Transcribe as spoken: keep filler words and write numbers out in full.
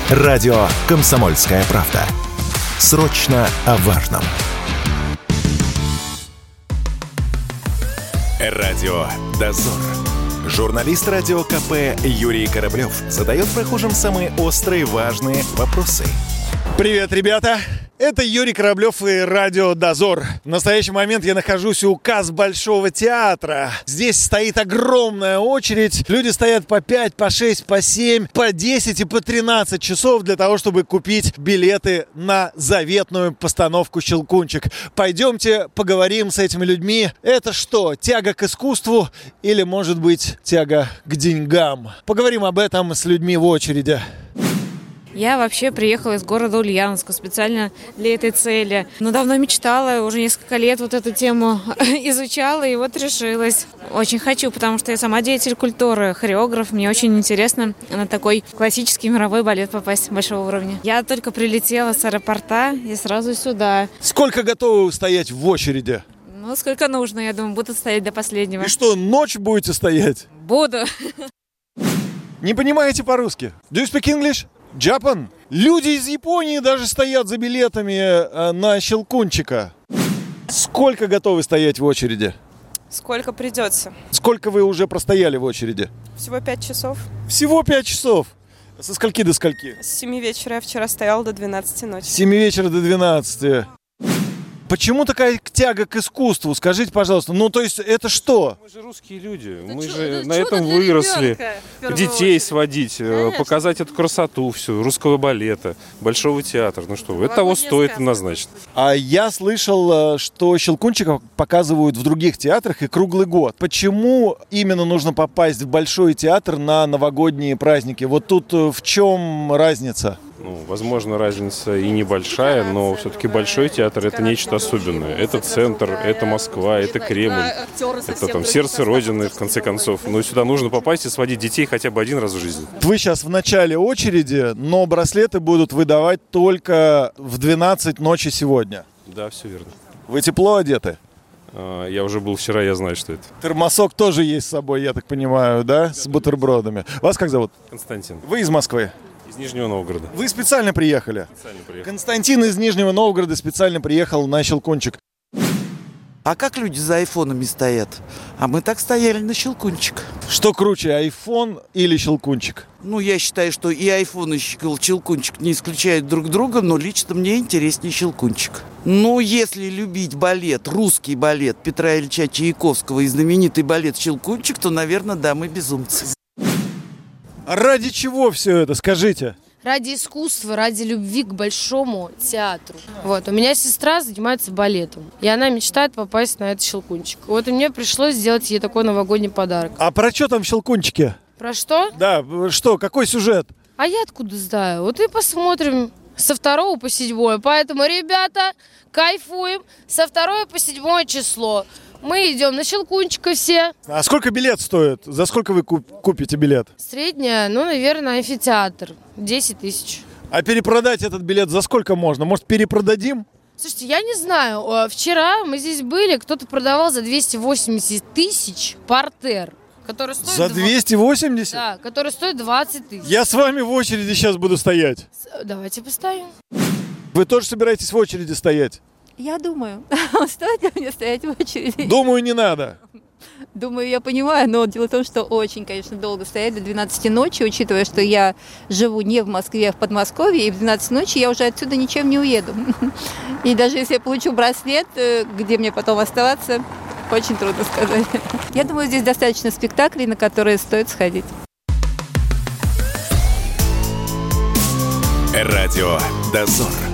Радио «Комсомольская правда». Срочно о важном. Радио «Дозор». Журналист радио КП Юрий Кораблев задает прохожим самые острые важные вопросы. Привет, ребята! Это Юрий Кораблев и Радио «Дозор». В настоящий момент я нахожусь у касс Большого театра. Здесь стоит огромная очередь. Люди стоят по пять, по шесть, по семь, по десять и по тринадцать часов для того, чтобы купить билеты на заветную постановку «Щелкунчик». Пойдемте поговорим с этими людьми. Это что, тяга к искусству или, может быть, тяга к деньгам? Поговорим об этом с людьми в очереди. Я вообще приехала из города Ульяновска специально для этой цели. Но давно мечтала, уже несколько лет вот эту тему изучала и вот решилась. Очень хочу, потому что я сама деятель культуры, хореограф. Мне очень интересно на такой классический мировой балет попасть большого уровня. Я только прилетела с аэропорта и сразу сюда. Сколько готовы стоять в очереди? Ну, сколько нужно, я думаю, буду стоять до последнего. И что, ночь будете стоять? Буду. Не понимаете по-русски? Do you speak English? Japan? Люди из Японии даже стоят за билетами э, на «Щелкунчика». Сколько готовы стоять в очереди? Сколько придется. Сколько вы уже простояли в очереди? Всего пять часов. Всего пять часов? Со скольки до скольки? С семи вечера я вчера стояла до двенадцати ночи. С семи вечера до двенадцати. Почему такая тяга к искусству? Скажите, пожалуйста. Ну, то есть, это что? Мы же русские люди. Это Мы чудо, же это на чудо этом для выросли. ребенка, в первую Детей очередь. сводить, Конечно. показать эту красоту всю, русского балета, Большого театра. Ну что, это того стоит однозначно. А я слышал, э, что «Щелкунчика» показывают в других театрах и круглый год. Почему именно нужно попасть в Большой театр на новогодние праздники? Вот тут э, в чем разница? Ну, возможно, разница и небольшая, но все-таки Большой театр — это нечто особенное. Это центр, это Москва, это Кремль, это там сердце Родины, в конце концов. Но сюда нужно попасть и сводить детей хотя бы один раз в жизни. Вы сейчас в начале очереди, но браслеты будут выдавать только в двенадцать ночи сегодня. Да, все верно. Вы тепло одеты? А, Я уже был вчера, я знаю, что это. Термосок тоже есть с собой, я так понимаю, да? С бутербродами. Вас как зовут? Константин, Вы из Москвы? из Нижнего Новгорода. Вы специально приехали? Специально приехал. Константин из Нижнего Новгорода специально приехал на «Щелкунчик». А как люди за айфонами стоят? А мы так стояли на «Щелкунчик». Что круче, айфон или «Щелкунчик»? Ну, я считаю, что и айфон, и «Щелкунчик» не исключают друг друга, но лично мне интереснее «Щелкунчик». Ну, если любить балет, русский балет Петра Ильича Чайковского и знаменитый балет «Щелкунчик», то, наверное, да, мы безумцы. Ради чего все это, скажите? Ради искусства, ради любви к Большому театру. Вот. У меня сестра занимается балетом, и она мечтает попасть на этот «Щелкунчик». Вот и мне пришлось сделать ей такой новогодний подарок. А про что там в «Щелкунчике»? Про что? Да, что, какой сюжет? А я откуда знаю? Вот и посмотрим со второго по седьмое. Поэтому, ребята, кайфуем. Со второго по седьмое число. Мы идем на «Щелкунчика» все. А сколько билет стоит? За сколько вы куп- купите билет? Средняя, ну, наверное, амфитеатр. десять тысяч. А перепродать этот билет за сколько можно? Может, перепродадим? Слушайте, я не знаю. Э, Вчера мы здесь были, кто-то продавал за двести восемьдесят тысяч партер. Который стоит За два- двести восемьдесят? Да, который стоит двадцать тысяч. Я с вами в очереди сейчас буду стоять. С- Давайте поставим. Вы тоже собираетесь в очереди стоять? Я думаю, стоит ли мне стоять в очереди? Думаю, не надо. Думаю, я понимаю, но дело в том, что очень, конечно, долго стоять до двенадцати ночи, учитывая, что я живу не в Москве, а в Подмосковье, и в двенадцать ночи я уже отсюда ничем не уеду. И даже если я получу браслет, э, где мне потом оставаться, очень трудно сказать. Я думаю, здесь достаточно спектаклей, на которые стоит сходить. Радио «Дозор».